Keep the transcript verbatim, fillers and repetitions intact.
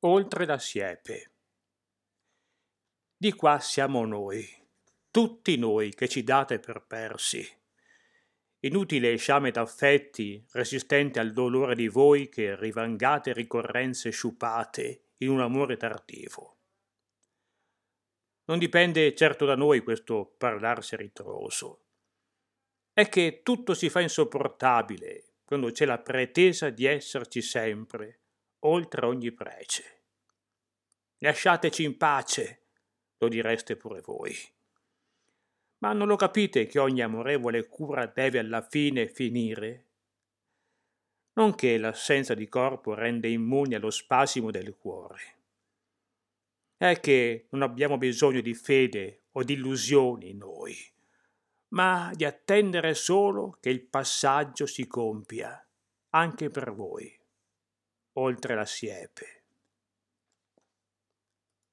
Oltre la siepe. Di qua siamo noi, tutti noi che ci date per persi. Inutile sciame d'affetti, resistente al dolore di voi che rivangate ricorrenze sciupate in un amore tardivo. Non dipende certo da noi questo parlarsi ritroso. È che tutto si fa insopportabile quando c'è la pretesa di esserci sempre, oltre ogni prece. Lasciateci in pace, lo direste pure voi. Ma non lo capite che ogni amorevole cura deve alla fine finire? Non che l'assenza di corpo rende immuni allo spasimo del cuore. È che non abbiamo bisogno di fede o di illusioni noi, ma di attendere solo che il passaggio si compia, anche per voi, oltre la siepe.